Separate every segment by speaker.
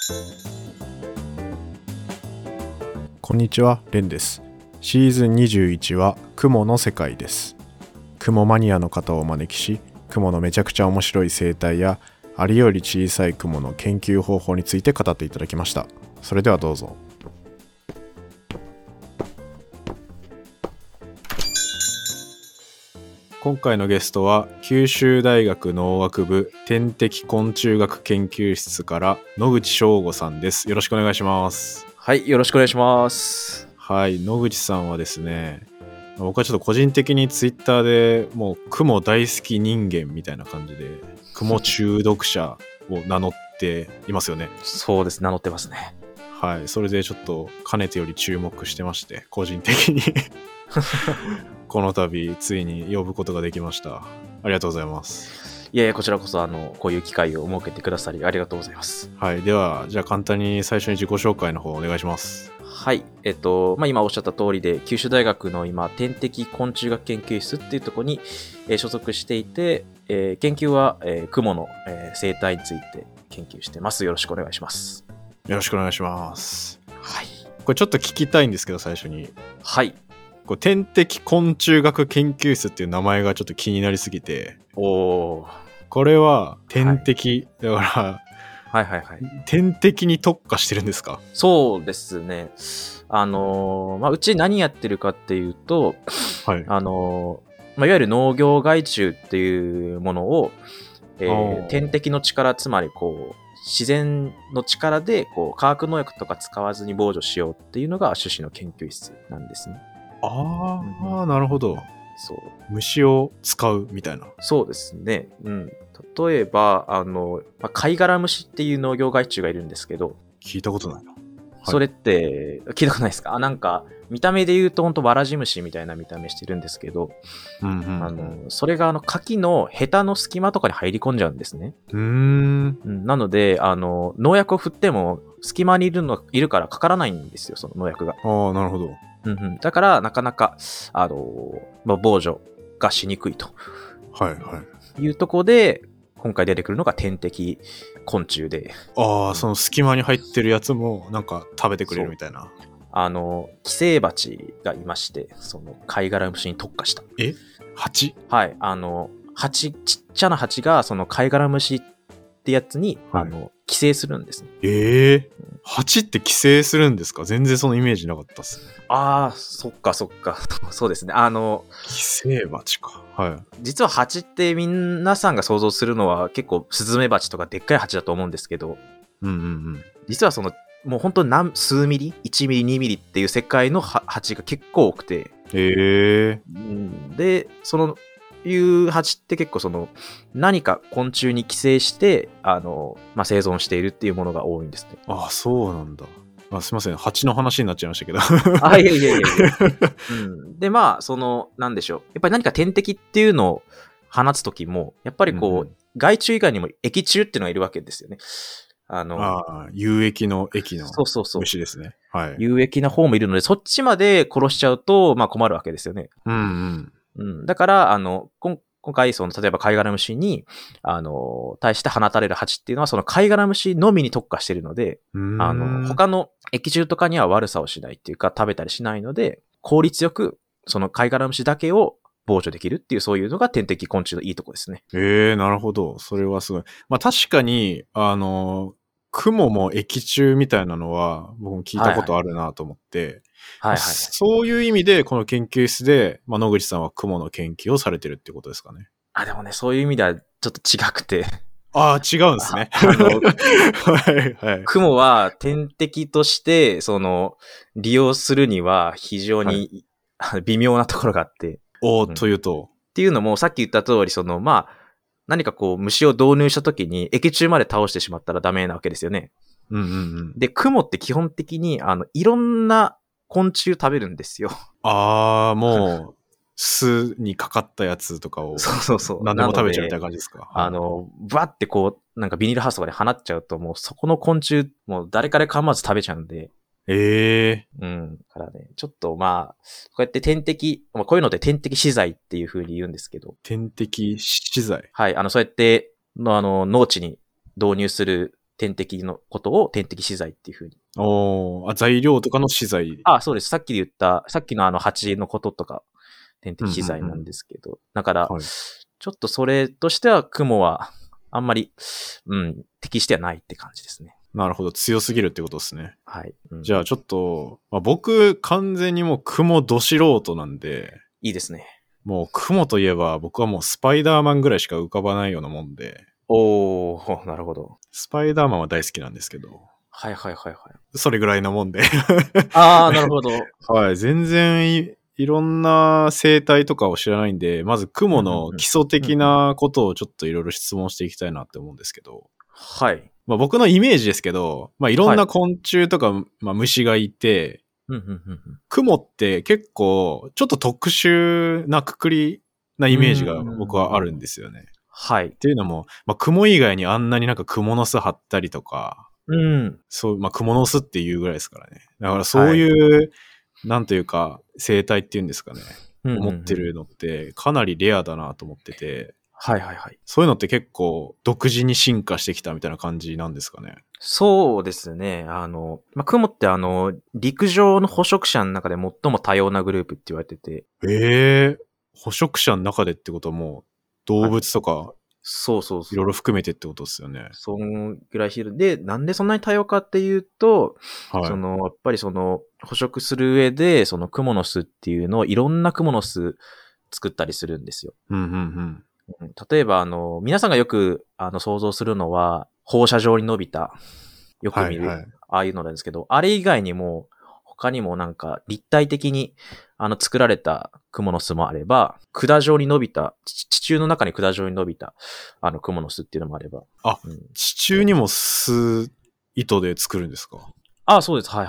Speaker 1: こんにちは、レンです。シーズン21は雲の世界です。雲マニアの方をお招きし、雲のめちゃくちゃ面白い生態やありより小さい雲の研究方法について語っていただきました。それではどうぞ。今回のゲストは九州大学農学部天敵昆虫学研究室から野口翔吾さんです。よろしくお願いします。
Speaker 2: はい、よろしくお願いします。
Speaker 1: はい、野口さんはですね、僕はちょっと個人的にツイッターでもう雲大好き人間みたいな感じで雲中毒者を名乗っていますよね。
Speaker 2: そうです、名乗ってますね。
Speaker 1: はい、それでちょっとかねてより注目してまして、個人的にこの度ついに呼ぶことができました。ありがとうございます。
Speaker 2: いやいや、こちらこそこういう機会を設けてくださりありがとうございます。
Speaker 1: はい、ではじゃあ簡単に最初に自己紹介の方お願いします。
Speaker 2: はい、今おっしゃった通りで、九州大学の今、天敵昆虫学研究室っていうところに、所属していて、研究は、雲の、生態について研究してます。よろしくお願いします。
Speaker 1: よろしくお願いします。
Speaker 2: はい。
Speaker 1: これちょっと聞きたいんですけど、最初に。
Speaker 2: はい。
Speaker 1: こう天敵昆虫学研究室っていう名前がちょっと気になりすぎて。
Speaker 2: おー。
Speaker 1: これは天敵、はい、だから
Speaker 2: はいはいはい。
Speaker 1: 天敵に特化してるんですか？
Speaker 2: そうですね。うち何やってるかっていうと、
Speaker 1: はい。
Speaker 2: いわゆる農業害虫っていうものを、天敵の力、つまりこう、自然の力でこう化学農薬とか使わずに防除しようっていうのが趣旨の研究室なんですね。
Speaker 1: ああ、なるほど。
Speaker 2: そう。
Speaker 1: 虫を使うみたいな。
Speaker 2: そうですね。うん。例えば、貝殻虫っていう農業害虫がいるんですけど、
Speaker 1: 聞いたことないな。
Speaker 2: それって聞いたことないですか？なんか見た目で言うと本当わらじ虫みたいな見た目してるんですけど、それが牡蠣のヘタの隙間とかに入り込んじゃうんですね。なので農薬を振っても隙間にいるからかからないんですよ、その農薬が。
Speaker 1: ああ、なるほど。
Speaker 2: だからなかなか防除がしにくいと。
Speaker 1: はいはい。
Speaker 2: いうところで今回出てくるのが天敵昆虫で。
Speaker 1: その隙間に入ってるやつもなんか食べてくれるみたいな。
Speaker 2: 寄生蜂がいまして、その貝殻虫に特化した。
Speaker 1: 蜂？
Speaker 2: はい。ちっちゃな蜂がその貝殻虫ってやつに、寄生するんですね。
Speaker 1: 蜂って寄生するんですか？全然そのイメージなかったっすね。
Speaker 2: そっか。そうですね。
Speaker 1: 寄生蜂か。はい。
Speaker 2: 実は蜂って皆さんが想像するのは結構スズメバチとかでっかい蜂だと思うんですけど、実はそのもう本当に数ミリ ?1 ミリ2ミリっていう世界の蜂が結構多くて、で、そのいう蜂って結構その何か昆虫に寄生して生存しているっていうものが多いんですね。
Speaker 1: ああ、そうなんだ。すいません、蜂の話になっちゃいましたけど。
Speaker 2: いや。で、なんでしょう。やっぱり何か天敵っていうのを放つときも、やっぱりこう、害虫以外にも益虫っていうのがいるわけですよね。
Speaker 1: 有益の益の虫ですね。はい。
Speaker 2: 有益な方もいるので、そっちまで殺しちゃうと、困るわけですよね。だから、今回、例えば貝殻虫に、対して放たれる蜂っていうのは、その貝殻虫のみに特化しているので、他の益虫とかには悪さをしないっていうか、食べたりしないので、効率よく、その貝殻虫だけを防除できるっていう、そういうのが天敵昆虫のいいとこですね。
Speaker 1: なるほど。それはすごい。確かに、雲も益虫みたいなのは、僕も聞いたことあるなと思って、そういう意味で、この研究室で、野口さんは雲の研究をされてるってことですかね。
Speaker 2: でもね、そういう意味ではちょっと違くて。
Speaker 1: 違うんですね。はい。
Speaker 2: 雲は天敵として、利用するには非常に、微妙なところがあって。
Speaker 1: というと。
Speaker 2: っていうのも、さっき言った通り、何かこう、虫を導入したときに、益虫まで倒してしまったらダメなわけですよね。で、雲って基本的に、いろんな昆虫食べるんですよ。
Speaker 1: もう、巣にかかったやつとかを、何でも食べちゃうみたいな感じですか？
Speaker 2: バってこう、なんかビニールハウスとかで放っちゃうと、もうそこの昆虫、もう誰から構わず食べちゃうんで。からね、ちょっとこうやって天敵、こういうので天敵資材っていう風に言うんですけど。
Speaker 1: 天敵資材？
Speaker 2: はい、そうやって、農地に導入する天敵のことを天敵資材っていうふうに。
Speaker 1: 材料とかの資材。
Speaker 2: そうです。さっきの蜂のこととか、天敵資材なんですけど。だから、はい、ちょっとそれとしては、雲は、あんまり、適してはないって感じですね。
Speaker 1: なるほど。強すぎるってことですね。
Speaker 2: はい。
Speaker 1: じゃあちょっと、僕、完全にもう雲ど素人なんで。
Speaker 2: いいですね。
Speaker 1: もう雲といえば、僕はもうスパイダーマンぐらいしか浮かばないようなもんで。
Speaker 2: なるほど。
Speaker 1: スパイダーマンは大好きなんですけど。
Speaker 2: はい。
Speaker 1: それぐらいなもんで。
Speaker 2: なるほど。
Speaker 1: はい。全然いろんな生態とかを知らないんで、まず雲の基礎的なことをちょっといろいろ質問していきたいなって思うんですけど。
Speaker 2: はい。
Speaker 1: 僕のイメージですけど、いろんな昆虫とか、虫がいて、雲って結構ちょっと特殊なくくりなイメージが僕はあるんですよね。
Speaker 2: はい。
Speaker 1: っていうのも、雲以外にあんなになんか蜘蛛の巣張ったりとか、そう、蜘蛛の巣っていうぐらいですからね。だからそういう、なんというか、生態っていうんですかね。思ってるのってかなりレアだなと思ってて。
Speaker 2: はい。
Speaker 1: そういうのって結構独自に進化してきたみたいな感じなんですかね。
Speaker 2: そうですね。雲って陸上の捕食者の中で最も多様なグループって言われてて。
Speaker 1: 捕食者の中でってことはもう動物とか、
Speaker 2: そう。
Speaker 1: いろいろ含めてってことですよね。
Speaker 2: そんぐらい広い。で、なんでそんなに多様かっていうと、やっぱり捕食する上で、蜘蛛の巣っていうのをいろんな蜘蛛の巣作ったりするんですよ。例えば、皆さんがよく、想像するのは、放射状に伸びた、よく見る、ああいうのなんですけど、あれ以外にも、他にもなんか立体的に作られた蜘蛛の巣もあれば、管状に伸びた、地中の中に管状に伸びた蜘蛛の巣っていうのもあれば。
Speaker 1: 地中にも巣糸で作るんですか？
Speaker 2: そうです。はい。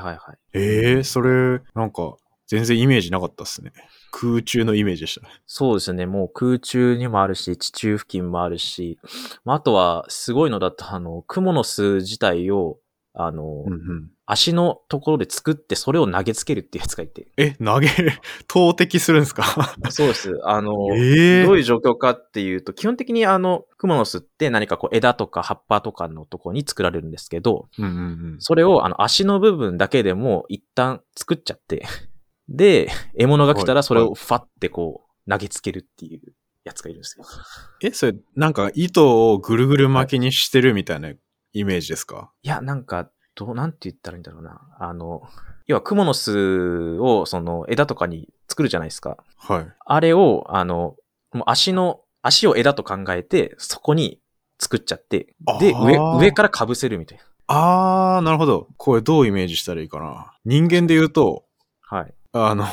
Speaker 1: それ、なんか全然イメージなかったっすね。空中のイメージでした。
Speaker 2: そうですね。もう空中にもあるし、地中付近もあるし、あとはすごいのだと蜘蛛の巣自体を足のところで作ってそれを投げつけるっていうやつがいて。
Speaker 1: 投擲するんですか？
Speaker 2: そうです。どういう状況かっていうと、基本的に蜘蛛の巣って何か枝とか葉っぱとかのところに作られるんですけど、それを足の部分だけでも一旦作っちゃって、で、獲物が来たらそれをファって投げつけるっていうやつがいるんですよ。
Speaker 1: それなんか糸をぐるぐる巻きにしてるみたいなイメージですか？
Speaker 2: いや、なんか、なんて言ったらいいんだろうな。要は、蜘蛛の巣を、枝とかに作るじゃないですか。
Speaker 1: はい。
Speaker 2: あれを、もう足を枝と考えて、そこに作っちゃって、で、上から被せるみたい
Speaker 1: な。なるほど。これどうイメージしたらいいかな。人間で言うと、
Speaker 2: はい。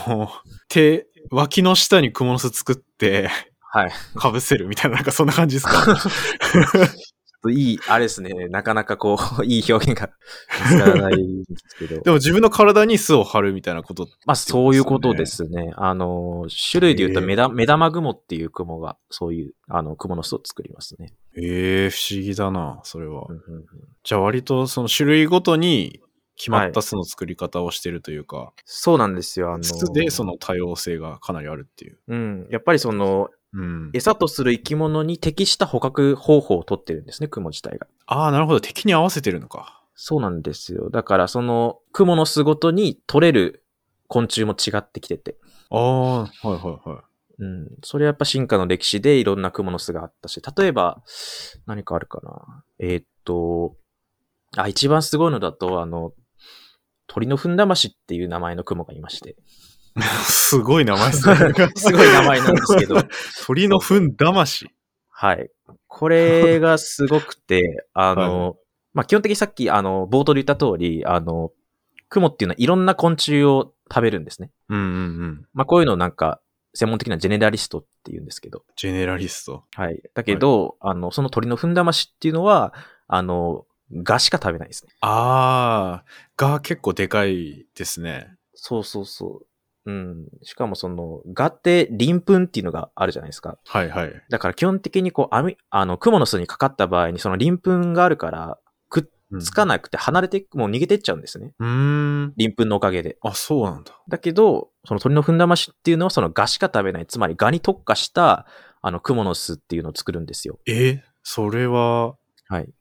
Speaker 1: 脇の下に蜘蛛の巣作って、
Speaker 2: はい。
Speaker 1: 被せるみたいな、なんかそんな感じですか？
Speaker 2: あれですね。なかなかいい表現が見つからないんですけど。
Speaker 1: でも自分の体に巣を張るみたいなこと、ね。
Speaker 2: そういうことですね。種類で言うと目玉雲っていう雲が、そういう、蜘蛛の巣を作りますね。
Speaker 1: 不思議だな、それは。じゃあ割とその種類ごとに決まった巣の作り方をしてるというか。
Speaker 2: そうなんですよ。
Speaker 1: 巣でその多様性がかなりあるっていう。
Speaker 2: やっぱり餌とする生き物に適した捕獲方法をとってるんですね、蜘蛛自体が。
Speaker 1: なるほど。敵に合わせてるのか。
Speaker 2: そうなんですよ。だから蜘蛛の巣ごとに取れる昆虫も違ってきてて。
Speaker 1: はい。
Speaker 2: それはやっぱ進化の歴史でいろんな蜘蛛の巣があったし、例えば、何かあるかな。一番すごいのだと、鳥のふんだましっていう名前の蜘蛛がいまして。
Speaker 1: すごい名前ですね。
Speaker 2: すごい名前なんですけど。
Speaker 1: 鳥のふんだまし。
Speaker 2: はい。これがすごくて、基本的にさっき、冒頭で言った通り、蜘蛛っていうのはいろんな昆虫を食べるんですね。こういうのをなんか、専門的なジェネラリストって言うんですけど。
Speaker 1: ジェネラリスト。
Speaker 2: はい。だけど、その鳥のふんだましっていうのは、ガしか食べないですね。
Speaker 1: ガ結構でかいですね。
Speaker 2: そう。しかもガって鱗粉っていうのがあるじゃないですか。
Speaker 1: はい。
Speaker 2: だから基本的に蜘蛛の巣にかかった場合にその鱗粉があるから、くっつかなくて離れて、もう逃げてっちゃうんですね。鱗粉のおかげで。
Speaker 1: そうなんだ。
Speaker 2: だけど、その鳥のふんだましっていうのはそのガしか食べない。つまりガに特化した、蜘蛛の巣っていうのを作るんですよ。
Speaker 1: それは、
Speaker 2: はい。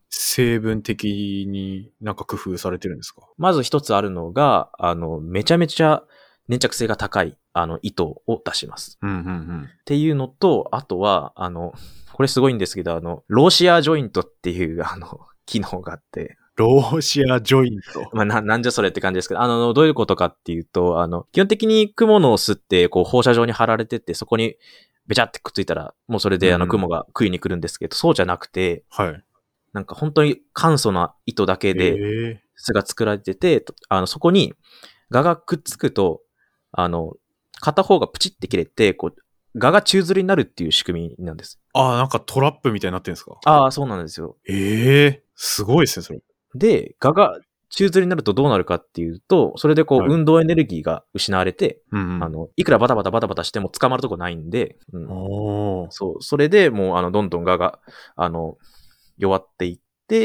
Speaker 1: 成分的になんか工夫されてるんですか？
Speaker 2: まず一つあるのが、めちゃめちゃ粘着性が高い、糸を出します。っていうのと、あとは、これすごいんですけど、ローシアージョイントっていう、機能があって、
Speaker 1: ローシアジョイント。
Speaker 2: まあ、なんじゃそれって感じですけど、どういうことかっていうと、基本的にクモの巣って、こう、放射状に貼られてて、そこに、べちゃってくっついたら、もうそれで、クモが食いに来るんですけど、そうじゃなくて、
Speaker 1: はい。
Speaker 2: なんか本当に簡素な糸だけで、巣が作られてて、そこに、蛾がくっつくと、片方がプチって切れて、こう、蛾が宙吊りになるっていう仕組みなんです。
Speaker 1: ああ、なんかトラップみたいになってるんですか？
Speaker 2: ああ、そうなんですよ。
Speaker 1: すごいですね、それ。
Speaker 2: で、蛾が宙吊りになるとどうなるかっていうと、それでこう、運動エネルギーが失われて、いくらバタバタしても捕まるとこないんで、そう、それでもう、どんどん蛾が、弱っていって、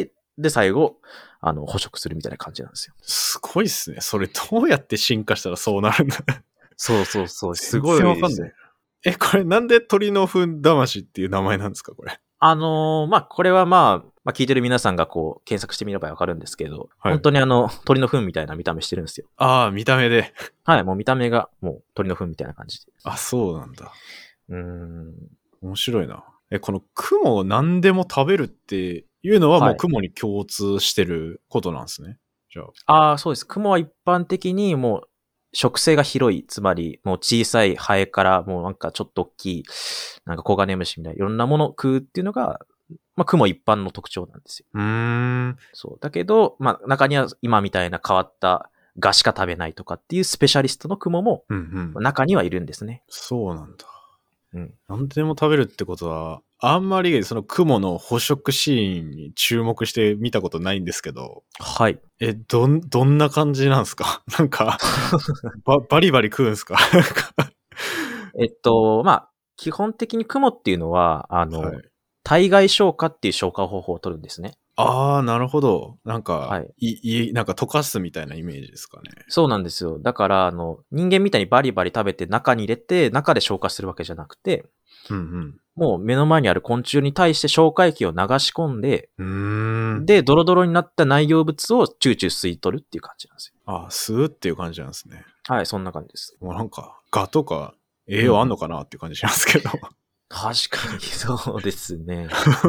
Speaker 2: で、最後、捕食するみたいな感じなんですよ。
Speaker 1: すごいっすね。それどうやって進化したらそうなるんだ。
Speaker 2: そう、すごい。
Speaker 1: 全然わかんない。これなんで鳥の糞魂っていう名前なんですか、これ。
Speaker 2: これは聞いてる皆さんがこう、検索してみればわかるんですけど、はい、本当に鳥の糞みたいな見た目してるんですよ。
Speaker 1: ああ、見た目で。
Speaker 2: はい、もう見た目がもう鳥の糞みたいな感じで。
Speaker 1: あ、そうなんだ。面白いな。この雲を何でも食べるっていうのはもう雲に共通してることなんですね。じゃ
Speaker 2: あ。そうです。雲は一般的にもう食性が広い。つまりもう小さいハエからもうなんかちょっと大きい、なんかコガネムシみたいないろんなものを食うっていうのが、雲一般の特徴なんですよ。そう。だけど、中には今みたいな変わった蛾しか食べないとかっていうスペシャリストの雲も中にはいるんですね。
Speaker 1: そうなんだ。何でも食べるってことは、あんまりその雲の捕食シーンに注目して見たことないんですけど。
Speaker 2: はい。
Speaker 1: どんな感じなんですか？なんかバリバリ食うんすか？
Speaker 2: 基本的に雲っていうのは、体外消化っていう消化方法を取るんですね。
Speaker 1: ああ、なるほど。なんか、なんか溶かすみたいなイメージですかね。
Speaker 2: そうなんですよ。だから、人間みたいにバリバリ食べて中に入れて、中で消化するわけじゃなくて、もう目の前にある昆虫に対して消化液を流し込んで、で、ドロドロになった内容物をチューチュー吸い取るっていう感じなんですよ。
Speaker 1: ああ、吸うっていう感じなんですね。
Speaker 2: はい、そんな感じです。
Speaker 1: もうなんか、蛾とか栄養あんのかなっていう感じしますけど。
Speaker 2: 確かにそうですね。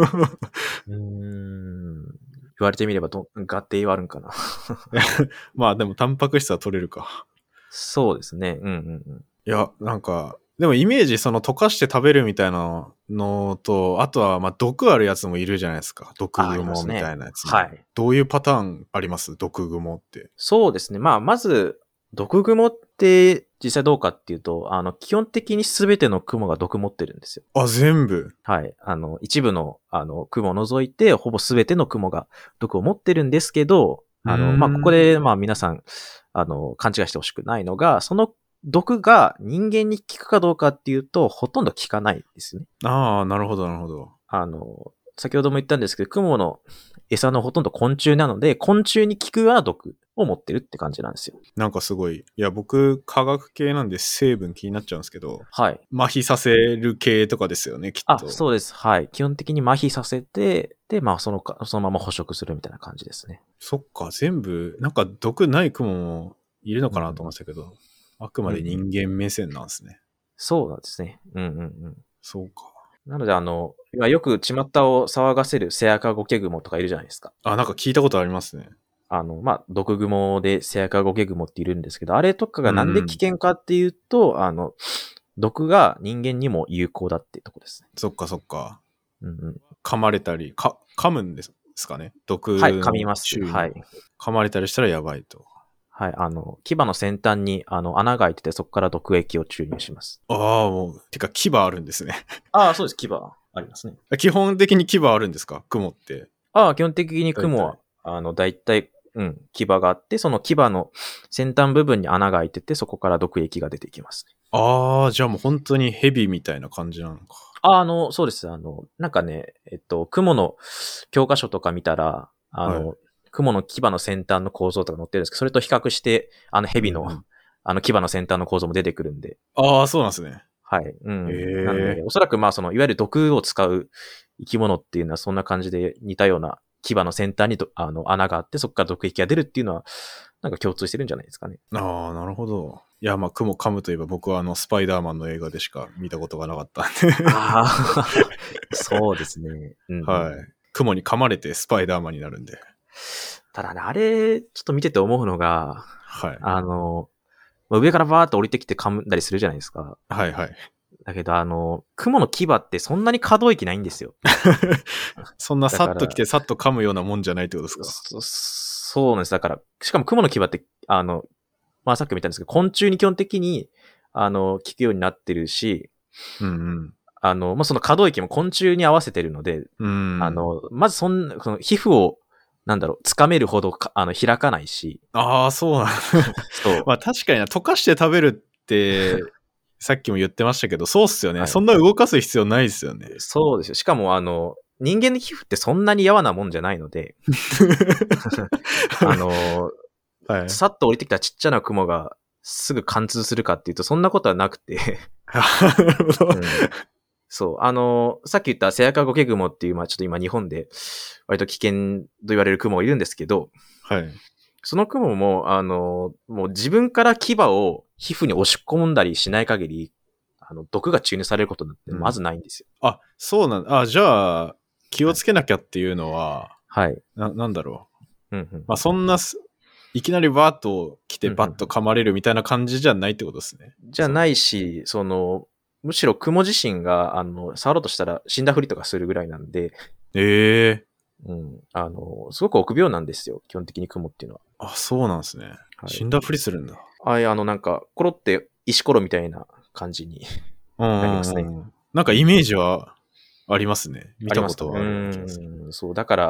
Speaker 2: 言われてみれば蛾って栄養あるんかな。
Speaker 1: でもタンパク質は取れるか。
Speaker 2: そうですね。
Speaker 1: いや、なんか、でもイメージその溶かして食べるみたいなのと、あとは毒あるやつもいるじゃないですか。毒蜘蛛みたいなやつ、
Speaker 2: はい。
Speaker 1: どういうパターンあります？毒蜘蛛って。
Speaker 2: そうですね。まず、毒蜘蛛って実際どうかっていうと、基本的に全ての蜘蛛が毒持ってるんですよ。
Speaker 1: あ、全部？
Speaker 2: はい。一部の、蜘蛛を除いて、ほぼ全ての蜘蛛が毒を持ってるんですけど、ここで、皆さん、勘違いしてほしくないのが、その毒が人間に効くかどうかっていうと、ほとんど効かないですね。
Speaker 1: ああ、なるほど、なるほど。
Speaker 2: 先ほども言ったんですけど、蜘蛛の餌のほとんど昆虫なので、昆虫に効くような毒を持ってるって感じなんですよ。
Speaker 1: なんかすごい。いや、僕、化学系なんで成分気になっちゃうんですけど、
Speaker 2: はい。
Speaker 1: 麻痺させる系とかですよね、きっと。
Speaker 2: そうです。はい。基本的に麻痺させて、で、そのまま捕食するみたいな感じですね。
Speaker 1: そっか、全部、なんか毒ない蜘蛛もいるのかなと思ってたけど、あくまで人間目線なんですね。
Speaker 2: そうなんですね。
Speaker 1: そうか。
Speaker 2: なので、よく巷を騒がせるセアカゴケグモとかいるじゃないですか。
Speaker 1: なんか聞いたことありますね。
Speaker 2: 毒グモでセアカゴケグモっているんですけど、あれとかがなんで危険かっていうと、毒が人間にも有効だっていうとこですね。
Speaker 1: そっかそっか。噛まれたり、噛むんですかね？毒の。
Speaker 2: はい、噛みます。はい。
Speaker 1: 噛まれたりしたらやばいと。
Speaker 2: はい、牙の先端に穴が開いてて、そこから毒液を注入します。
Speaker 1: てか牙あるんですね。
Speaker 2: そうです、牙ありますね。
Speaker 1: 基本的に牙あるんですか？雲って。
Speaker 2: 基本的に雲は、だいたい、牙があって、その牙の先端部分に穴が開いてて、そこから毒液が出てきますね。
Speaker 1: じゃあもう本当にヘビみたいな感じなのか。
Speaker 2: そうです。なんかね、雲の教科書とか見たら、雲の牙の先端の構造とか載ってるんですけど、それと比較して、ヘビの、牙の先端の構造も出てくるんで。
Speaker 1: そうなんですね。
Speaker 2: はい。なので、おそらくいわゆる毒を使う生き物っていうのはそんな感じで似たような牙の先端に穴があって、そこから毒液が出るっていうのは、なんか共通してるんじゃないですかね。
Speaker 1: ああ、なるほど。いや、まあ、雲噛むといえば僕はスパイダーマンの映画でしか見たことがなかったんで。
Speaker 2: ああ、そうですね。
Speaker 1: はい。雲に噛まれてスパイダーマンになるんで。
Speaker 2: ただね、あれ、ちょっと見てて思うのが、
Speaker 1: はい。
Speaker 2: 上からバーっと降りてきて噛んだりするじゃないですか。
Speaker 1: はいはい。
Speaker 2: だけど、雲の牙ってそんなに可動域ないんですよ。
Speaker 1: そんなさっと来てさっと噛むようなもんじゃないってことですか？
Speaker 2: そうなんです。だから、しかも雲の牙って、まあさっきも言ったんですけど、昆虫に基本的に、効くようになってるし、
Speaker 1: うんうん。
Speaker 2: まあその可動域も昆虫に合わせてるので、まずその皮膚を、掴めるほど開かないし。
Speaker 1: ああ、そうなんそう。まあ確かに溶かして食べるって、さっきも言ってましたけど、そうっすよね。はい、そんな動かす必要ないですよね。
Speaker 2: そうですよ。しかも人間の皮膚ってそんなに柔なもんじゃないので、はい、さっと降りてきたちっちゃな雲がすぐ貫通するかっていうと、そんなことはなくて。なるほど。そう。さっき言ったセアカゴケグモっていう、まあちょっと今日本で割と危険と言われる雲がいるんですけど、
Speaker 1: はい。
Speaker 2: その雲も、もう自分から牙を皮膚に押し込んだりしない限り、毒が注入されることなんてまずないんですよ。
Speaker 1: あ、そうなんだ。じゃあ、気をつけなきゃっていうのは、
Speaker 2: はい。
Speaker 1: なんだろ
Speaker 2: う。うんうん、
Speaker 1: まあそんな、いきなりバーッと来てバッと噛まれるみたいな感じじゃないってことですね。
Speaker 2: じゃないし、むしろ雲自身が、触ろうとしたら死んだふりとかするぐらいなんで。うん。すごく臆病なんですよ。基本的に雲っていうのは。
Speaker 1: あ、そうなんですね。はい、死んだふりするんだ。
Speaker 2: なんか、コロって石ころみたいな感じになりますね。
Speaker 1: なんかイメージはありますね。見たことはある気がす
Speaker 2: る。そう、だから、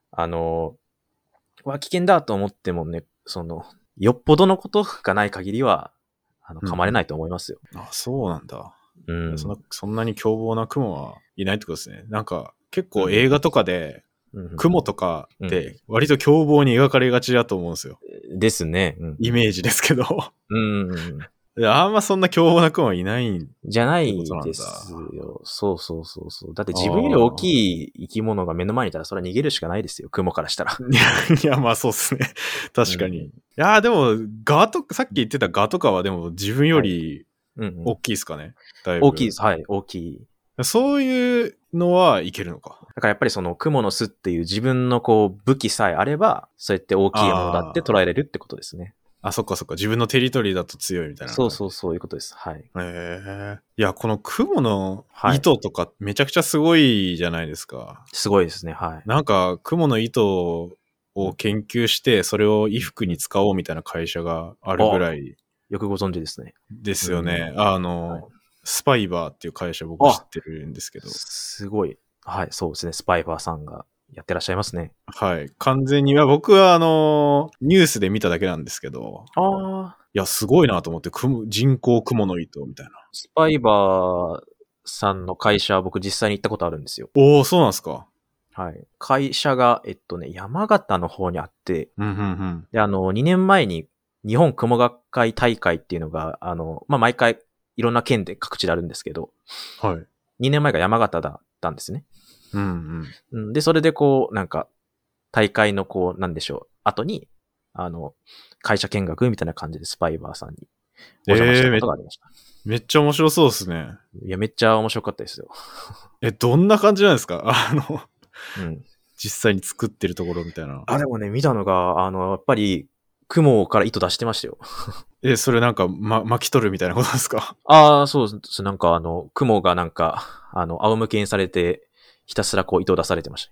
Speaker 2: 危険だと思ってもね、よっぽどのことがない限りは、噛まれないと思いますよ。
Speaker 1: あ、そうなんだ。そんなに凶暴な雲はいないってことですね。なんか、結構映画とかで、雲とかって割と凶暴に描かれがちだと思うんですよ。
Speaker 2: ですね。
Speaker 1: イメージですけど。あんまそんな凶暴な雲はいないん
Speaker 2: じゃないですよ。そう。だって自分より大きい生き物が目の前にいたらそれは逃げるしかないですよ。雲からしたら。
Speaker 1: いや、まあそうっすね。確かに。いや、でも、さっき言ってたガとかはでも自分より大きいですかね。だいぶ。
Speaker 2: 大きいです。はい、大きい。
Speaker 1: そういうのはいけるのか。
Speaker 2: だからやっぱり雲の巣っていう自分の武器さえあれば、そうやって大きいものだって捉えれるってことですね。
Speaker 1: あ、そっか。自分のテリトリーだと強いみたいな。
Speaker 2: そういうことです。はい。
Speaker 1: いや、この雲の糸とかめちゃくちゃすごいじゃないですか。
Speaker 2: すごいですね。はい。
Speaker 1: なんか、雲の糸を研究して、それを衣服に使おうみたいな会社があるぐらい。
Speaker 2: よくご存知ですね。
Speaker 1: ですよね。スパイバーっていう会社僕知ってるんですけど。
Speaker 2: すごい。はい、そうですね。スパイバーさんがやってらっしゃいますね。
Speaker 1: はい。完全に、僕はニュースで見ただけなんですけど。いや、すごいなと思って、人工雲の糸みたいな。
Speaker 2: スパイバーさんの会社は僕実際に行ったことあるんですよ。
Speaker 1: おー、そうなんですか。
Speaker 2: はい。会社が、山形の方にあって、で、2年前に日本雲学会大会っていうのが、まあ、毎回いろんな県で各地であるんですけど、
Speaker 1: はい。
Speaker 2: 2年前が山形だったんですね。で、それでなんか、大会のなんでしょう、後に、会社見学みたいな感じでスパイバーさんにお邪魔したことがありました。
Speaker 1: めっちゃ面白そうですね。
Speaker 2: いや、めっちゃ面白かったですよ。
Speaker 1: どんな感じなんですか？実際に作ってるところみたいな。
Speaker 2: でもね、見たのが、やっぱり、雲から糸出してましたよ。
Speaker 1: それなんか、巻き取るみたいなことですか？
Speaker 2: そうです。なんか雲がなんか、仰向けにされて、ひたすら糸を出されてました。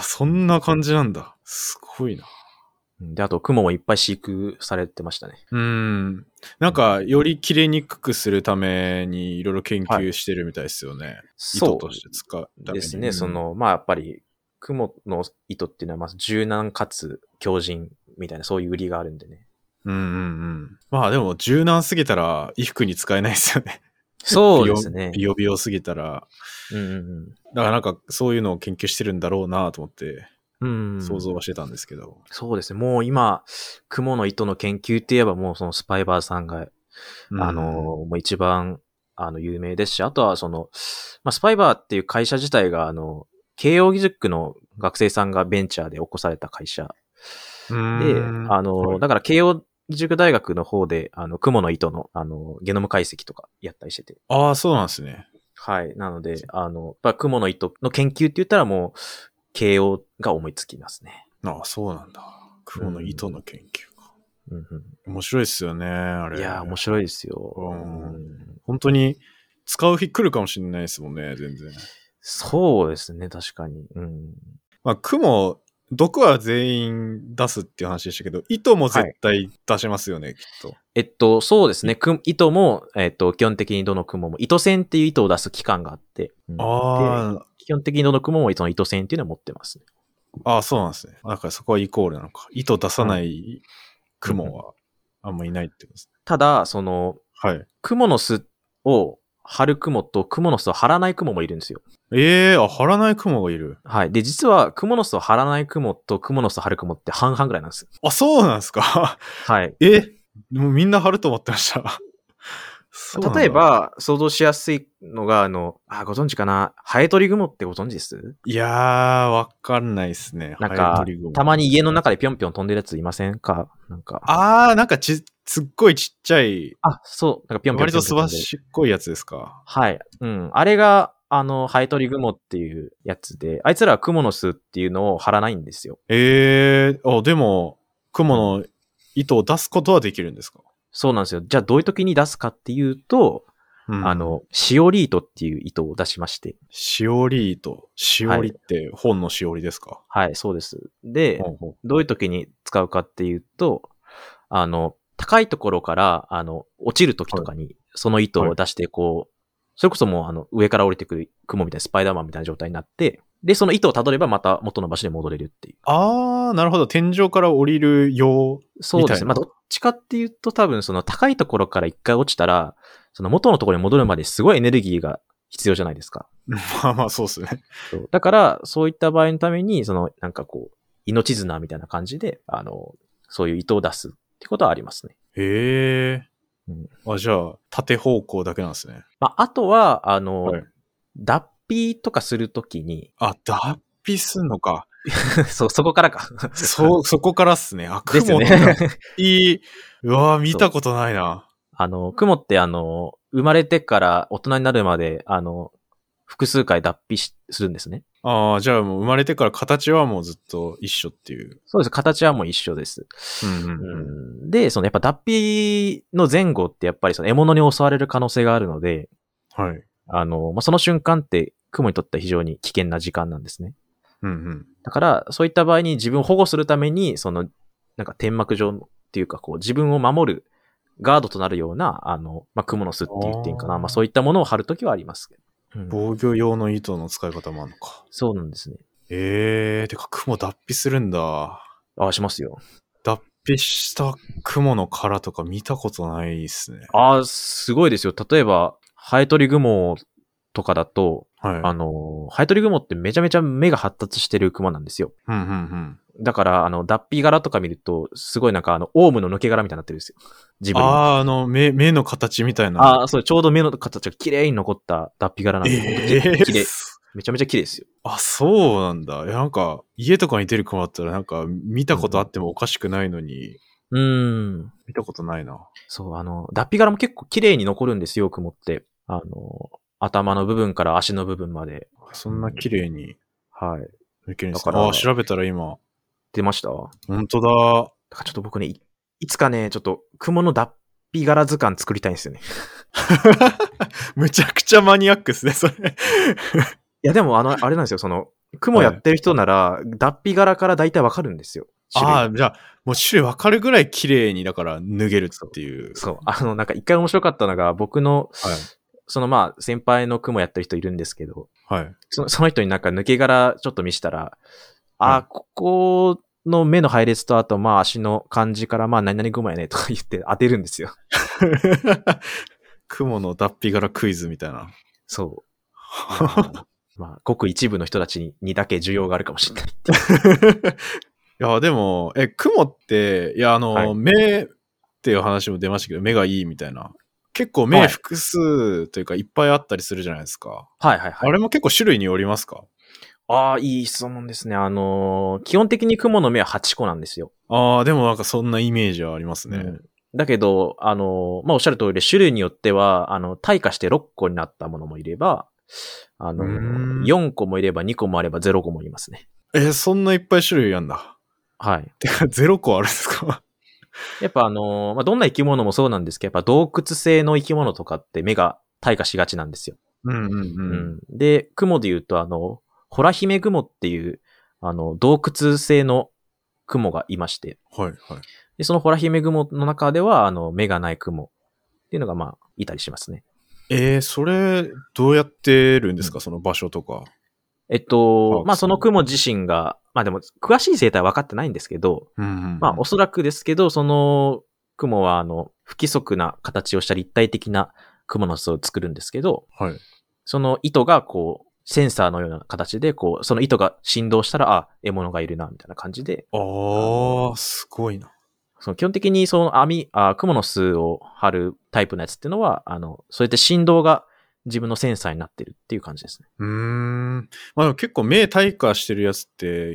Speaker 1: そんな感じなんだ。すごいな。
Speaker 2: で、あと、雲もいっぱい飼育されてましたね。
Speaker 1: なんか、より切れにくくするためにいろいろ研究してるみたいですよね。糸として使うために。
Speaker 2: ですね。まあ、やっぱり、雲の糸っていうのは、まず柔軟かつ強靭みたいな、そういう売りがあるんでね。
Speaker 1: まあでも、柔軟すぎたら衣服に使えないですよね。
Speaker 2: そうですね。
Speaker 1: ビヨビヨすぎたら。だからなんか、そういうのを研究してるんだろうなと思って、想像はしてたんですけど。
Speaker 2: そうですね。もう今、雲の糸の研究って言えばもうそのスパイバーさんが、もう一番、有名ですし、あとはまあ、スパイバーっていう会社自体が、 慶応義塾の学生さんがベンチャーで起こされた会社で、だから慶応義塾大学の方で、クモの糸の、ゲノム解析とかやったりしてて。
Speaker 1: ああ、そうなんですね。
Speaker 2: はい。なので、クモの糸の研究って言ったらもう、慶応が思いつきますね。
Speaker 1: ああ、そうなんだ。クモの糸の研究か。
Speaker 2: うんうん、
Speaker 1: 面白いですよね、あれ。
Speaker 2: いや、面白いですよ。
Speaker 1: 本当に、使う日来るかもしれないですもんね、全然。
Speaker 2: そうですね、確かに。
Speaker 1: まあ、クモ、毒は全員出すっていう話でしたけど、糸も絶対出しますよね、きっ
Speaker 2: と。そうですね。糸も、基本的にどの雲も、糸線っていう糸を出す機関があって、基本的にどの雲もその糸線っていうのを持ってますね。
Speaker 1: ああ、そうなんですね。だからそこはイコールなのか。糸出さない雲はあんまいないってことですね。
Speaker 2: ただ、クモの巣を張る雲とクモの巣を張らない雲もいるんですよ。
Speaker 1: 張らない雲がいる。
Speaker 2: はい。で、実は、クモの巣を張らない雲とクモの巣を張る雲って半々ぐらいなんです。
Speaker 1: あ、そうなんですか。
Speaker 2: はい。
Speaker 1: もうみんな張ると思ってました。
Speaker 2: 例えば、想像しやすいのが、ご存知かな、ハエトリグモってご存知です？
Speaker 1: いやー、わかんないですね。
Speaker 2: なんか、たまに家の中でぴょんぴょん飛んでるやついませんか？なんか。
Speaker 1: なんかすっごいちっちゃい。
Speaker 2: そう。なんかぴょんぴょん
Speaker 1: 割とすばしっこいやつですか？
Speaker 2: はい。あれが、ハエトリグモっていうやつで、あいつらはクモの巣っていうのを張らないんですよ。
Speaker 1: でも、クモの糸を出すことはできるんですか？
Speaker 2: そうなんですよ。じゃあどういう時に出すかっていうと、しおり糸っていう糸を出しまして。
Speaker 1: しおり糸。しおりって本のしおりですか？
Speaker 2: はい、そうです。で、どういう時に使うかっていうと、高いところから、落ちる時とかに、その糸を出して、それこそもう、上から降りてくる雲みたいなスパイダーマンみたいな状態になって、で、その糸をたどればまた元の場所に戻れるっていう。
Speaker 1: なるほど。天井から降りるようみたいな。
Speaker 2: そうですね。どっちかっていうと多分高いところから一回落ちたら、元のところに戻るまですごいエネルギーが必要じゃないですか。
Speaker 1: まあそうですね。
Speaker 2: だから、そういった場合のために、命綱みたいな感じで、そういう糸を出すってことはありますね。
Speaker 1: へえ。じゃあ、縦方向だけなんですね。
Speaker 2: あとは、脱皮とかするときに。
Speaker 1: 脱皮すんのか。
Speaker 2: そこからか。
Speaker 1: そこからっすね。
Speaker 2: ですよね。
Speaker 1: うわぁ、見たことないな。
Speaker 2: 雲って生まれてから大人になるまで、複数回脱皮するんですね。
Speaker 1: じゃあもう生まれてから形はもうずっと一緒っていう。
Speaker 2: そうです。形はもう一緒です。で、やっぱ脱皮の前後ってやっぱり獲物に襲われる可能性があるので、
Speaker 1: はい。
Speaker 2: その瞬間って雲にとっては非常に危険な時間なんですね。だから、そういった場合に自分を保護するために、天幕上っていうか、自分を守るガードとなるような、雲の巣って言っていいかな。そういったものを張るときはあります。
Speaker 1: 防御用の糸の使い方もあるのか。
Speaker 2: そうなんですね。
Speaker 1: てか雲脱皮するんだ。
Speaker 2: しますよ。
Speaker 1: 脱皮した雲の殻とか見たことないですね。
Speaker 2: すごいですよ。例えば、ハエトリグモとかだと、ハエトリグモってめちゃめちゃ目が発達してるクモなんですよ。だから、脱皮柄とか見ると、すごいオウムの抜け殻みたいになってるんですよ。自分
Speaker 1: 目の形みたいな。
Speaker 2: そう、ちょうど目の形が綺麗に残った脱皮柄なんで、綺麗。めちゃめちゃ綺麗ですよ。
Speaker 1: そうなんだ。なんか、家とかに出るクモだったらなんか、見たことあってもおかしくないのに。見たことないな。
Speaker 2: そう、脱皮柄も結構綺麗に残るんですよ、クモって。頭の部分から足の部分まで。
Speaker 1: そんな綺麗に。
Speaker 2: はい。
Speaker 1: 抜けるんですか？調べたら今。
Speaker 2: 出ました？
Speaker 1: 本当だ。
Speaker 2: だからちょっと僕ね、いつかね、ちょっと、雲の脱皮柄図鑑作りたいんですよね。
Speaker 1: むちゃくちゃマニアックですね、それ。い
Speaker 2: や、でもあれなんですよ、雲やってる人なら、脱皮柄から大体わかるんですよ。
Speaker 1: じゃあ、もう種類わかるぐらい綺麗に、だから脱げるっていう。
Speaker 2: そう。なんか一回面白かったのが、僕の、先輩の雲やってる人いるんですけど、その人になんか抜け殻ちょっと見したら、ここの目の配列とあと足の感じから何々雲やねとか言って当てるんですよ。
Speaker 1: 雲の脱皮柄クイズみたいな。
Speaker 2: そう。ごく一部の人たちにだけ需要があるかもしれないっていう。
Speaker 1: いや、でも、雲って、目っていう話も出ましたけど、目がいいみたいな。結構目複数というかいっぱいあったりするじゃないですか。
Speaker 2: あれ
Speaker 1: も結構種類によりますか？
Speaker 2: ああ、いい質問ですね。基本的に雲の目は8個なんですよ。
Speaker 1: ああ、でもなんかそんなイメージはありますね。うん、
Speaker 2: だけど、おっしゃる通りで、種類によっては、退化して6個になったものもいれば、4個もいれば2個もあれば0個もいますね。
Speaker 1: そんないっぱい種類あんだ。
Speaker 2: はい。
Speaker 1: てか、0個あるんですか？
Speaker 2: やっぱどんな生き物もそうなんですけど、やっぱ洞窟性の生き物とかって目が退化しがちなんですよ。で、雲で言うと、ホラヒメグモっていう、洞窟性の雲がいまして。
Speaker 1: はいはい。
Speaker 2: で、そのホラヒメグモの中では、目がない雲っていうのが、まあ、いたりしますね。
Speaker 1: それ、どうやってるんですか、その場所とか。
Speaker 2: まあ、その雲自身が、まあでも、詳しい生態は分かってないんですけど、まあ、おそらくですけど、その雲は、不規則な形をした立体的な雲の巣を作るんですけど、
Speaker 1: はい。
Speaker 2: その糸が、こう、センサーのような形で、こう、その糸が振動したら、あ、獲物がいるな、みたいな感じで。
Speaker 1: ああ、すごいな。
Speaker 2: その基本的に、その雲の巣を張るタイプのやつっていうのは、そうやって振動が自分のセンサーになってるっていう感じですね。
Speaker 1: まあでも結構目退化してるやつって、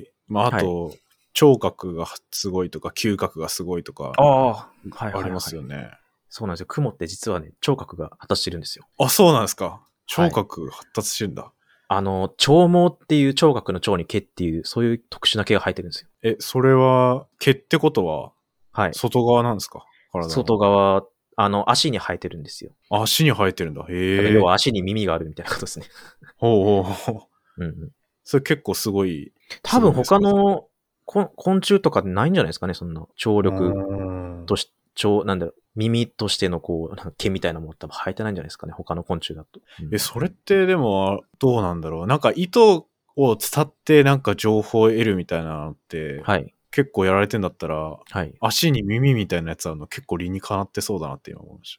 Speaker 1: まああと、聴覚がすごいとか、嗅覚がすごいとか、ありますよね。
Speaker 2: そうなんですよ。雲って実はね、聴覚が発達してるんですよ。
Speaker 1: あ、そうなんですか。聴覚発達してるんだ。
Speaker 2: 聴毛っていう聴覚の聴に毛っていう、そういう特殊な毛が生えてるんですよ。
Speaker 1: それは、毛ってことは、
Speaker 2: はい。
Speaker 1: 外側なんですか？
Speaker 2: 外側、足に生えてるんですよ。
Speaker 1: 足に生えてるんだ。へえ。
Speaker 2: 要は足に耳があるみたいなことですね。
Speaker 1: ほうほうほ
Speaker 2: う。うん。
Speaker 1: それ結構すごい。
Speaker 2: 多分他の昆虫とかないんじゃないですかね、そんな。聴力とし、なんだろう、耳としてのこう、毛みたいなもの多分生えてないんじゃないですかね、他の昆虫だと。
Speaker 1: それってでも、どうなんだろう。なんか糸を伝ってなんか情報を得るみたいなのって、はい。結構やられてんだったら、はい。足に耳みたいなやつあるの結構理にかなってそうだなって今思いました。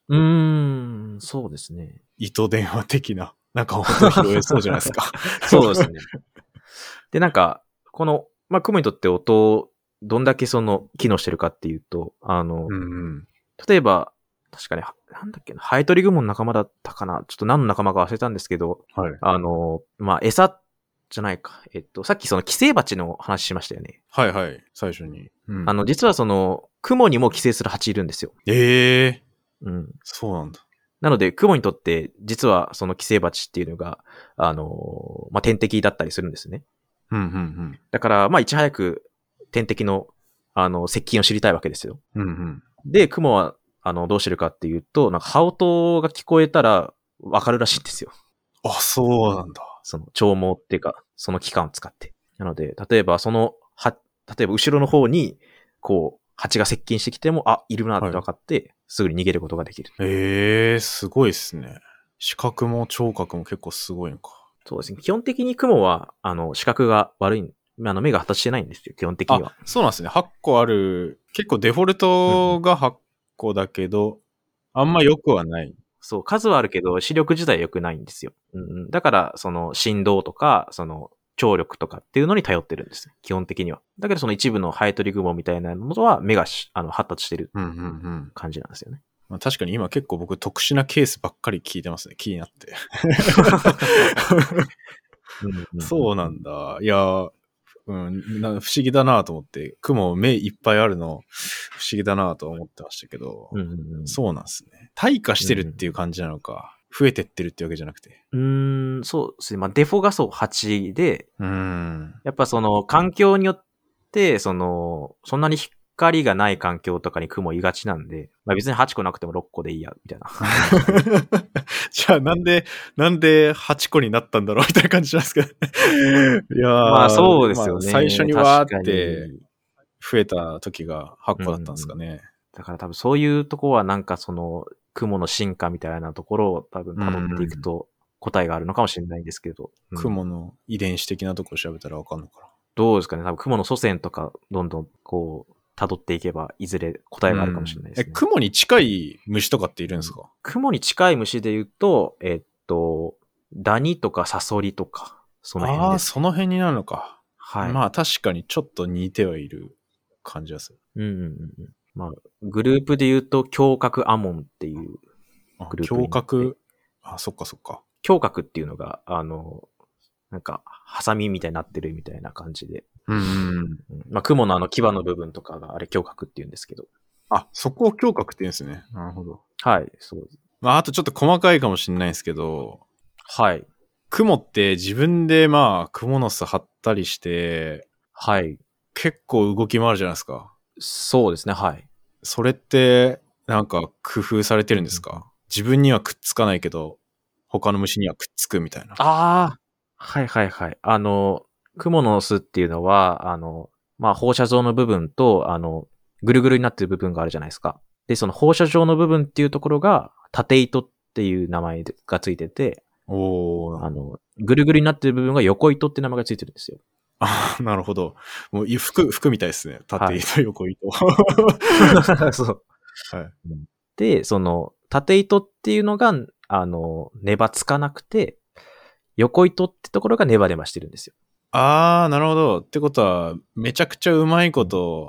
Speaker 2: そうですね。
Speaker 1: 糸電話的な。なんか本当に拾えそうじゃないですか。
Speaker 2: そうですね。で、なんか、この、まあ、雲にとって音、どんだけその、機能してるかっていうと、例えば、確かに、なんだっけな、ハエトリグモの仲間だったかな、ちょっと何の仲間か忘れたんですけど、はい。まあ、餌じゃないか。さっきその寄生蜂の話しましたよね。
Speaker 1: はいはい、最初に。
Speaker 2: 実はその、雲にも寄生する蜂いるんですよ。そうなんだ。なので、雲にとって、実はその寄生蜂っていうのが、まあ、天敵だったりするんですね。だから、まあ、いち早く天敵の、接近を知りたいわけですよ。で、雲は、どうしてるかっていうと、なんか、羽音が聞こえたら、わかるらしいんですよ。
Speaker 1: あ、そうなんだ。
Speaker 2: その、聴毛っていうか、その器官を使って。なので、例えば、例えば、後ろの方に、こう、蜂が接近してきても、あ、いるなって分かって、すぐに逃げることができる。
Speaker 1: すごいですね。視覚も聴覚も結構すごいのか。
Speaker 2: そうですね。基本的に雲は、視覚が悪い、目が発達してないんですよ、基本的には。
Speaker 1: そうなんですね。8個ある、結構デフォルトが8個だけど、あんま良くはない。
Speaker 2: そう、数はあるけど、視力自体良くないんですよ。だから、その、振動とか、その、聴力とかっていうのに頼ってるんです。基本的には。だけど、その一部のハエトリグモみたいなのとは、目が発達してる感じなんですよね。
Speaker 1: まあ、確かに今結構僕特殊なケースばっかり聞いてますね。気になって。そうなんだ。いや、不思議だなと思って、雲目いっぱいあるの不思議だなと思ってましたけど、そうなんですね。退化してるっていう感じなのか、増えてってるってわけじゃなくて。
Speaker 2: そうですね。まあ、デフォがそう8で、やっぱその環境によって、そんなに光がない環境とかに雲いがちなんで、まあ別に8個なくても6個でいいや、みたいな。
Speaker 1: じゃあなんで8個になったんだろうみたいな感じなんですけど。いや
Speaker 2: まあそうですよね。
Speaker 1: 最初にわーって増えた時が8個だったんですかね。
Speaker 2: だから多分そういうとこはなんかその雲の進化みたいなところを多分辿っていくと答えがあるのかもしれないですけど。
Speaker 1: 雲の遺伝子的なところ調べたらわかんのかな。
Speaker 2: どうですかね。多分雲の祖先とかどんどんこう辿っていけばいずれ答えがあるかもしれないですね。
Speaker 1: 雲に近い虫とかっているんですか？
Speaker 2: 雲に近い虫で言うと、ダニとかサソリとか、その辺です。
Speaker 1: その辺になるのか。
Speaker 2: はい。
Speaker 1: まあ確かにちょっと似てはいる感じがす
Speaker 2: る。まあ、グループで言うと、胸郭アモンっていうグループ。
Speaker 1: 胸郭、そっかそっか。
Speaker 2: 胸郭っていうのが、 なんか、ハサミみたいになってるみたいな感じで。
Speaker 1: うん。
Speaker 2: まあ、雲の牙の部分とかがあれ胸郭って言うんですけど。
Speaker 1: あ、そこを胸郭って言うんですね。なるほど。
Speaker 2: はい、そうです。
Speaker 1: まあ、あとちょっと細かいかもしれないですけど、
Speaker 2: はい。
Speaker 1: 雲って自分でまあ、クモの巣張ったりして、
Speaker 2: はい。
Speaker 1: 結構動き回るじゃないですか。
Speaker 2: そうですね、はい。
Speaker 1: それって、なんか工夫されてるんですか？自分にはくっつかないけど、他の虫にはくっつくみたいな。
Speaker 2: ああ、はいはいはい。雲の巣っていうのは、まあ、放射状の部分と、ぐるぐるになってる部分があるじゃないですか。で、その放射状の部分っていうところが、縦糸っていう名前がついてて、ぐるぐるになってる部分が横糸って名前がついてるんですよ。
Speaker 1: あ、なるほど。もう服みたいですね。縦糸、横糸。
Speaker 2: そう。
Speaker 1: はい。
Speaker 2: で、その、縦糸っていうのが、ネバつかなくて、横糸ってところがネバネバしてるんですよ。
Speaker 1: あー、なるほど。ってことは、めちゃくちゃうまいこと、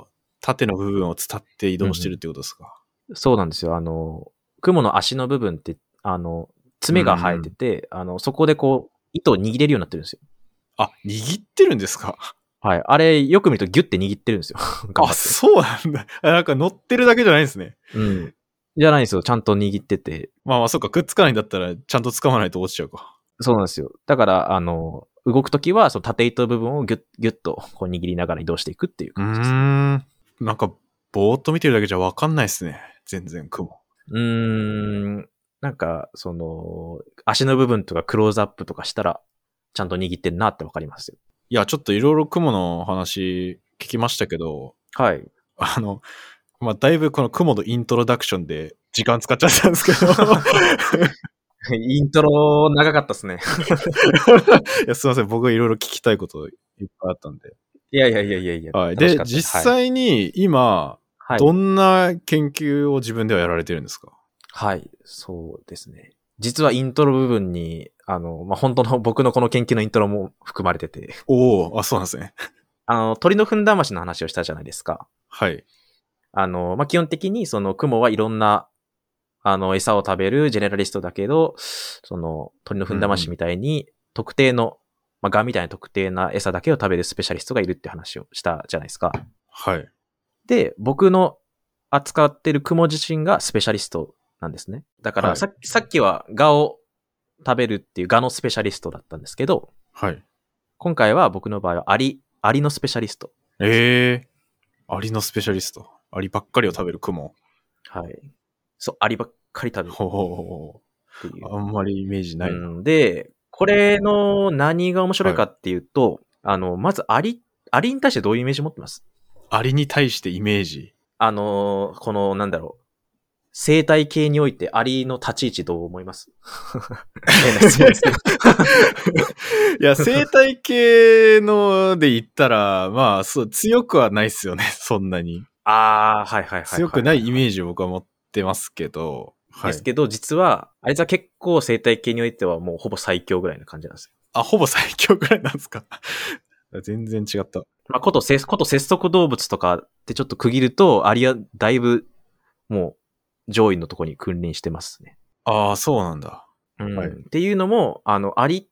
Speaker 1: 縦の部分を伝って移動してるってことですか？
Speaker 2: そうなんですよ。雲の足の部分って、爪が生えてて、そこでこう、糸を握れるようになってるんですよ。
Speaker 1: あ、握ってるんですか？
Speaker 2: はい。あれ、よく見るとギュッて握ってるんですよ。
Speaker 1: あ、そうなんだ。なんか乗ってるだけじゃないんですね。
Speaker 2: うん。じゃないんですよ。ちゃんと握ってて。
Speaker 1: まあ、そっか、くっつかないんだったら、ちゃんと掴まないと落ちちゃうか。
Speaker 2: そうなんですよ。だから、動くときは、その縦糸部分をギュッ、ギュッとこう握りながら移動していくっていう感じですね。
Speaker 1: なんか、ぼーっと見てるだけじゃわかんないですね。全然、雲。
Speaker 2: なんか、足の部分とかクローズアップとかしたら、ちゃんと握ってんなってわかりますよ。
Speaker 1: いや、ちょっといろいろ雲の話聞きましたけど、
Speaker 2: はい。
Speaker 1: まあ、だいぶこの雲のイントロダクションで時間使っちゃったんですけど。
Speaker 2: イントロ長かったですね。
Speaker 1: いや、すいません。僕いろいろ聞きたいこといっぱいあったんで。
Speaker 2: いやいやいやいやいや。
Speaker 1: はい。で、実際に今、
Speaker 2: はい、
Speaker 1: どんな研究を自分ではやられてるんですか？
Speaker 2: はい、そうですね。実はイントロ部分に、まあ、本当の僕のこの研究のイントロも含まれてて。
Speaker 1: おお、あ、そうなんですね。
Speaker 2: 鳥の糞魂の話をしたじゃないですか。
Speaker 1: はい。
Speaker 2: まあ、基本的にその雲はいろんな、餌を食べるジェネラリストだけど、その鳥の糞魂みたいに特定の、まあ、ガンみたいな特定な餌だけを食べるスペシャリストがいるって話をしたじゃないですか。
Speaker 1: はい。
Speaker 2: で、僕の扱ってる雲自身がスペシャリストなんですね。だからさっきはガを食べるっていうガのスペシャリストだったんですけど、
Speaker 1: はい。
Speaker 2: 今回は僕の場合はアリのスペシャリスト。
Speaker 1: アリのスペシャリスト。アリばっかりを食べる雲。
Speaker 2: はい。そう、アリばっかり食べる。
Speaker 1: ほう。あんまりイメージないな。
Speaker 2: で、これの何が面白いかっていうと、まずアリに対してどういうイメージ持ってます？
Speaker 1: アリに対してイメージ。
Speaker 2: この、なんだろう。生態系においてアリの立ち位置どう思います？変な質問ですけど。
Speaker 1: いや、生態系ので言ったら、まあ、そう、強くはないっすよね、そんなに。
Speaker 2: はい。
Speaker 1: 強くないイメージを僕は持ってますけど。
Speaker 2: はい。ですけど、実は、あいつは結構生態系においてはもうほぼ最強ぐらいな感じなんですよ。
Speaker 1: あ、ほぼ最強ぐらいなんですか？全然違った。
Speaker 2: まあ、こと節足動物とかってちょっと区切ると、アリはだいぶ、もう、上位のところに君臨してますね。
Speaker 1: ああ、そうなんだ。
Speaker 2: はい。っていうのも、アリって、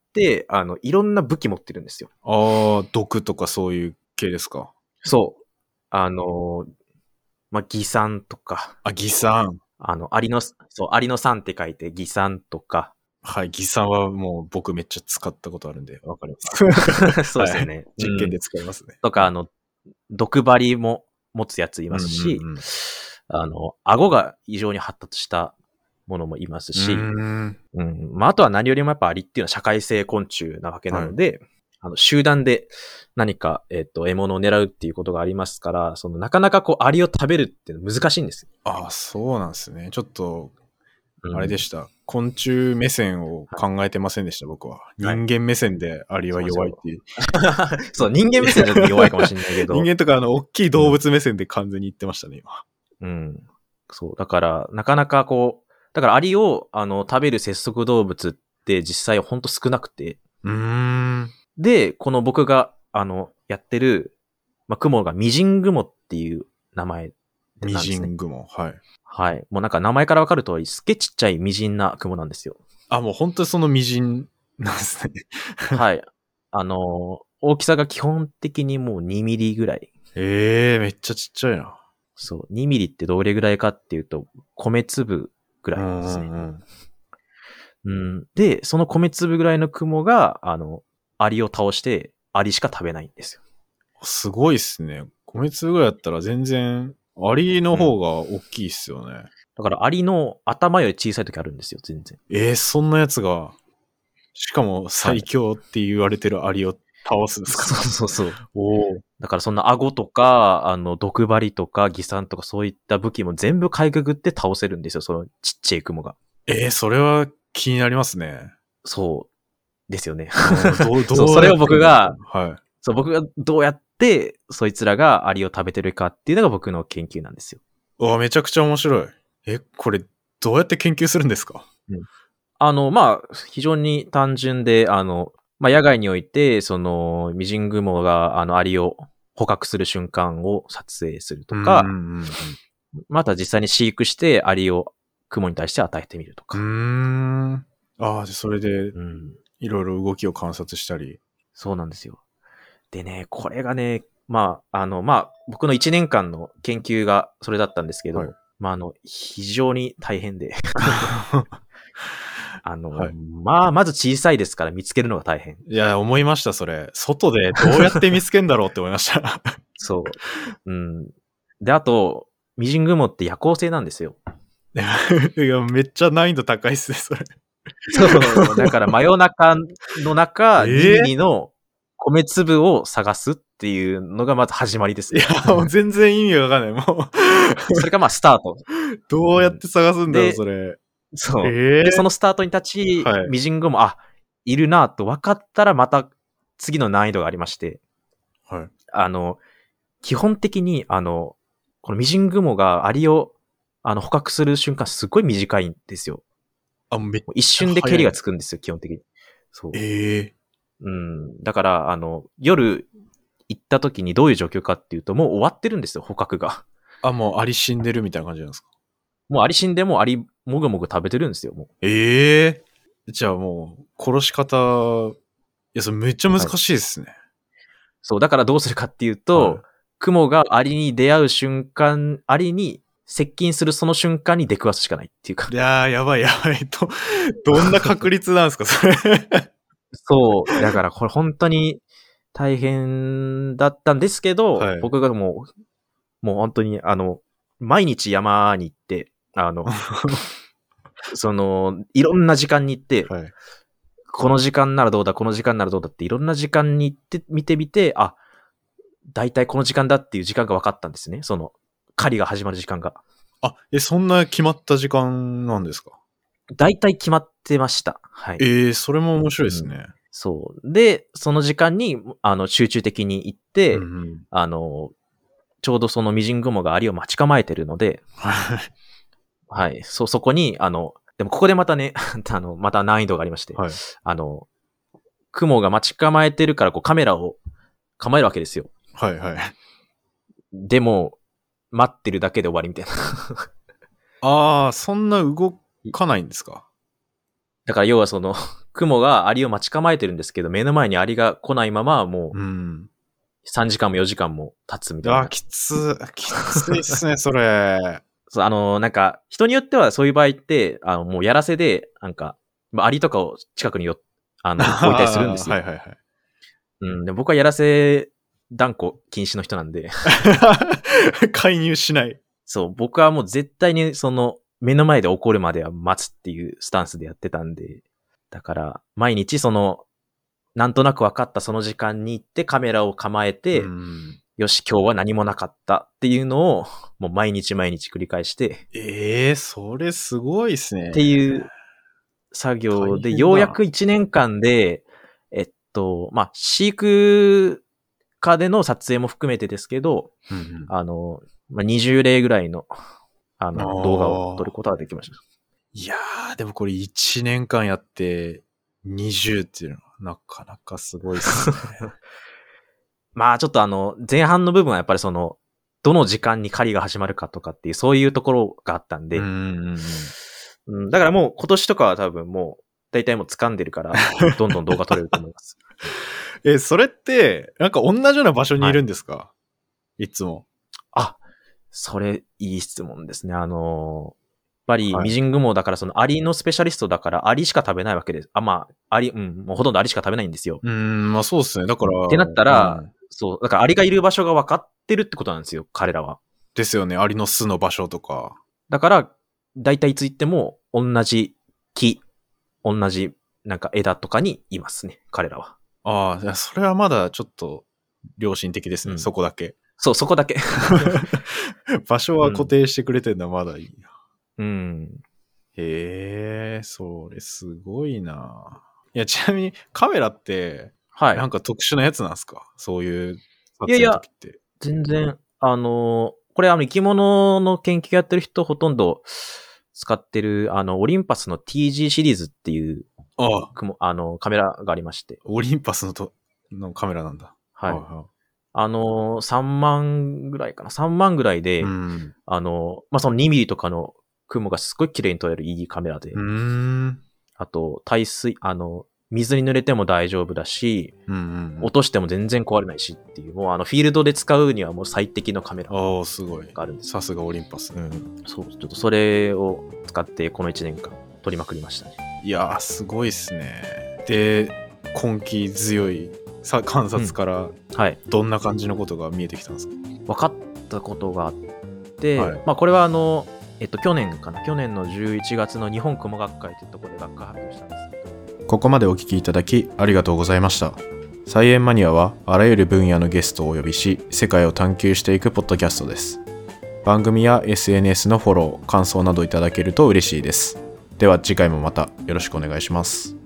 Speaker 2: いろんな武器持ってるんですよ。
Speaker 1: ああ、毒とかそういう系ですか？
Speaker 2: そう。まあ、擬酸とか。
Speaker 1: あ、擬酸。
Speaker 2: アリの酸って書いて擬酸とか。
Speaker 1: はい、擬酸はもう僕めっちゃ使ったことあるんで、わかります。
Speaker 2: そうですよね、
Speaker 1: はい。実験で使いますね。
Speaker 2: とか、毒針も持つやついますし、顎が異常に発達したものもいますし、まあ、あとは何よりもやっぱアリっていうのは社会性昆虫なわけなので、集団で何か、獲物を狙うっていうことがありますから、なかなかこう、アリを食べるっていうのは難しいんですよ。
Speaker 1: ああ、そうなんですね。ちょっと、あれでした。昆虫目線を考えてませんでした、僕は。人間目線でアリは弱いっていう。
Speaker 2: そう、人間目線で弱いかもしれないけど。
Speaker 1: 人間とか大きい動物目線で完全に言ってましたね、
Speaker 2: 今。そう、だから、なかなかこう、だからアリを、食べる節足動物って実際ほんと少なくて。で、この僕が、やってる、まあ、雲がミジングモっていう名前なんですね。
Speaker 1: ミジングモ、はい。
Speaker 2: はい。もうなんか名前からわかる通り、すっげえちっちゃいミジンな雲なんですよ。
Speaker 1: あ、もう本当にそのミジンなんですね。
Speaker 2: はい。 大きさが基本的にもう2ミリぐらい。
Speaker 1: めっちゃちっちゃいな。
Speaker 2: そう、2ミリってどれぐらいかっていうと、米粒ぐらいですね。で、その米粒ぐらいの雲が、アリを倒して、アリしか食べないんですよ。
Speaker 1: すごいっすね。米粒ぐらいだったら全然、アリの方が大きいっすよね。
Speaker 2: だからアリの頭より小さい時あるんですよ、全然。
Speaker 1: そんなやつが、しかも最強って言われてるアリを倒すんですか？
Speaker 2: そう。だからそんな顎とか、毒針とか擬酸とかそういった武器も全部かいくぐって倒せるんですよ、そのちっちゃい雲が。
Speaker 1: それは気になりますね。
Speaker 2: そうですよね。
Speaker 1: そう、
Speaker 2: それを僕が、
Speaker 1: はい。
Speaker 2: そう、僕がどうやって、そいつらがアリを食べてるかっていうのが僕の研究なんですよ。
Speaker 1: めちゃくちゃ面白い。これ、どうやって研究するんですか？
Speaker 2: 非常に単純で、野外において、その、ミジングモが、アリを捕獲する瞬間を撮影するとか、また実際に飼育してアリを雲に対して与えてみるとか。
Speaker 1: それで、いろいろ動きを観察したり。
Speaker 2: そうなんですよ。でね、これがね、僕の1年間の研究がそれだったんですけど、非常に大変で。まず小さいですから見つけるのが大変。
Speaker 1: いや、思いました、それ。外でどうやって見つけんだろうって思いました。
Speaker 2: そう。で、あと、ミジングモって夜行性なんですよ。
Speaker 1: いや、めっちゃ難易度高いっすね、それ。
Speaker 2: そう。だから真夜中の中、2ミリの米粒を探すっていうのがまず始まりです
Speaker 1: ね。いや、もう全然意味がわかんない。もう。
Speaker 2: それがスタート。
Speaker 1: どうやって探すんだろう、それ。
Speaker 2: そう。で、そのスタートに立ち、ミジングモ、いるなと分かったらまた次の難易度がありまして。
Speaker 1: はい。
Speaker 2: 基本的に、このミジングモがアリを、捕獲する瞬間すごい短いんですよ。一瞬で蹴りがつくんですよ、基本的に。そう。だから、夜行った時にどういう状況かっていうと、もう終わってるんですよ、捕獲が。
Speaker 1: もうアリ死んでるみたいな感じなんですか？
Speaker 2: もうアリ死んでもアリもぐもぐ食べてるんですよ、もう。
Speaker 1: じゃあもう、殺し方、それめっちゃ難しいですね。
Speaker 2: そう、だからどうするかっていうと、雲がアリに出会う瞬間、アリに接近するその瞬間に出くわすしかないっていうか。
Speaker 1: いやー、やばい。どんな確率なんですか、それ。
Speaker 2: そう。だからこれ本当に大変だったんですけど、僕がもう本当に毎日山に行って、いろんな時間に行って、この時間ならどうだ、この時間ならどうだっていろんな時間に行って見てみて、だいたいこの時間だっていう時間が分かったんですね。その、狩りが始まる時間が。
Speaker 1: そんな決まった時間なんですか？
Speaker 2: だいたい決まってました。はい。
Speaker 1: それも面白いですね。
Speaker 2: そう。で、その時間に、集中的に行って、ちょうどそのミジングモがアリを待ち構えてるので、はい。そこに、でもここでまたね、また難易度がありまして、雲が待ち構えてるから、カメラを構えるわけですよ。でも、待ってるだけで終わりみたい
Speaker 1: な。そんな動かないんですか？
Speaker 2: だから要は雲がアリを待ち構えてるんですけど、目の前にアリが来ないまま、もう、3時間も4時間も経つみたいな。
Speaker 1: きついっすね、それ。
Speaker 2: そう、人によってはそういう場合って、もうやらせで、アリとかを近くに置いたりするんですよ。で僕はやらせ断固禁止の人なんで。
Speaker 1: 介入しない。
Speaker 2: そう、僕はもう絶対に目の前で起こるまでは待つっていうスタンスでやってたんで、だから毎日なんとなく分かったその時間に行ってカメラを構えて、よし、今日は何もなかったっていうのをもう毎日繰り返して。
Speaker 1: それすごいっすね。
Speaker 2: っていう作業で、ようやく1年間で、飼育家での撮影も含めてですけど、20例ぐらいの、動画を撮ることができました。
Speaker 1: いやー、でもこれ1年間やって20っていうのはなかなかすごいっすね。
Speaker 2: ちょっと前半の部分はやっぱりどの時間に狩りが始まるかとかっていう、そういうところがあったんで、だからもう今年とかは多分もう、大体もう掴んでるから、どんどん動画撮れると思います。
Speaker 1: それって、なんか同じような場所にいるんですか？はい、いつも。
Speaker 2: あ、それ、いい質問ですね。やっぱり、ミジングモだから、そのアリのスペシャリストだから、アリしか食べないわけです。まあ、アリ、もうほとんどアリしか食べないんですよ。
Speaker 1: まあそうですね。だから。
Speaker 2: ってなったら、そう、だからアリがいる場所が分かってるってことなんですよ、彼らは。
Speaker 1: ですよね。アリの巣の場所とか。
Speaker 2: だから、大体いつ行っても、同じ木、同じ、なんか枝とかにいますね、彼らは。
Speaker 1: ああ、それはまだちょっと良心的ですね、そこだけ。
Speaker 2: そう、そこだけ。
Speaker 1: 場所は固定してくれてるのはまだいいな。
Speaker 2: うん。
Speaker 1: へえ、それすごいな。いや、ちなみにカメラって、なんか特殊なやつなんですか？そういう撮影の時って。いや
Speaker 2: 全然、これ生き物の研究やってる人ほとんど使ってる、オリンパスの TG シリーズっていう、カメラがありまして。
Speaker 1: オリンパスのカメラなんだ。
Speaker 2: はい。3万ぐらいかな。3万ぐらいで、その2ミリとかの雲がすごい綺麗に撮れるいいカメラで。あと、水に濡れても大丈夫だし、落としても全然壊れないしっていう、もうフィールドで使うにはもう最適のカメラがあるんです。
Speaker 1: さすがオリンパス。
Speaker 2: そう、ちょっとそれを使ってこの1年間撮りまくりましたね。
Speaker 1: いやー、すごいっすね。で、根気強い観察からどんな感じのことが見えてきたんですか？
Speaker 2: 分かったことがあって、まあこれは去年の11月の日本雲学会というところで学会発表したんですけど。
Speaker 1: ここまでお聞きいただきありがとうございました。サイエンマニアはあらゆる分野のゲストをお呼びし、世界を探求していくポッドキャストです。番組や SNS のフォロー、感想などいただけると嬉しいです。では次回もまたよろしくお願いします。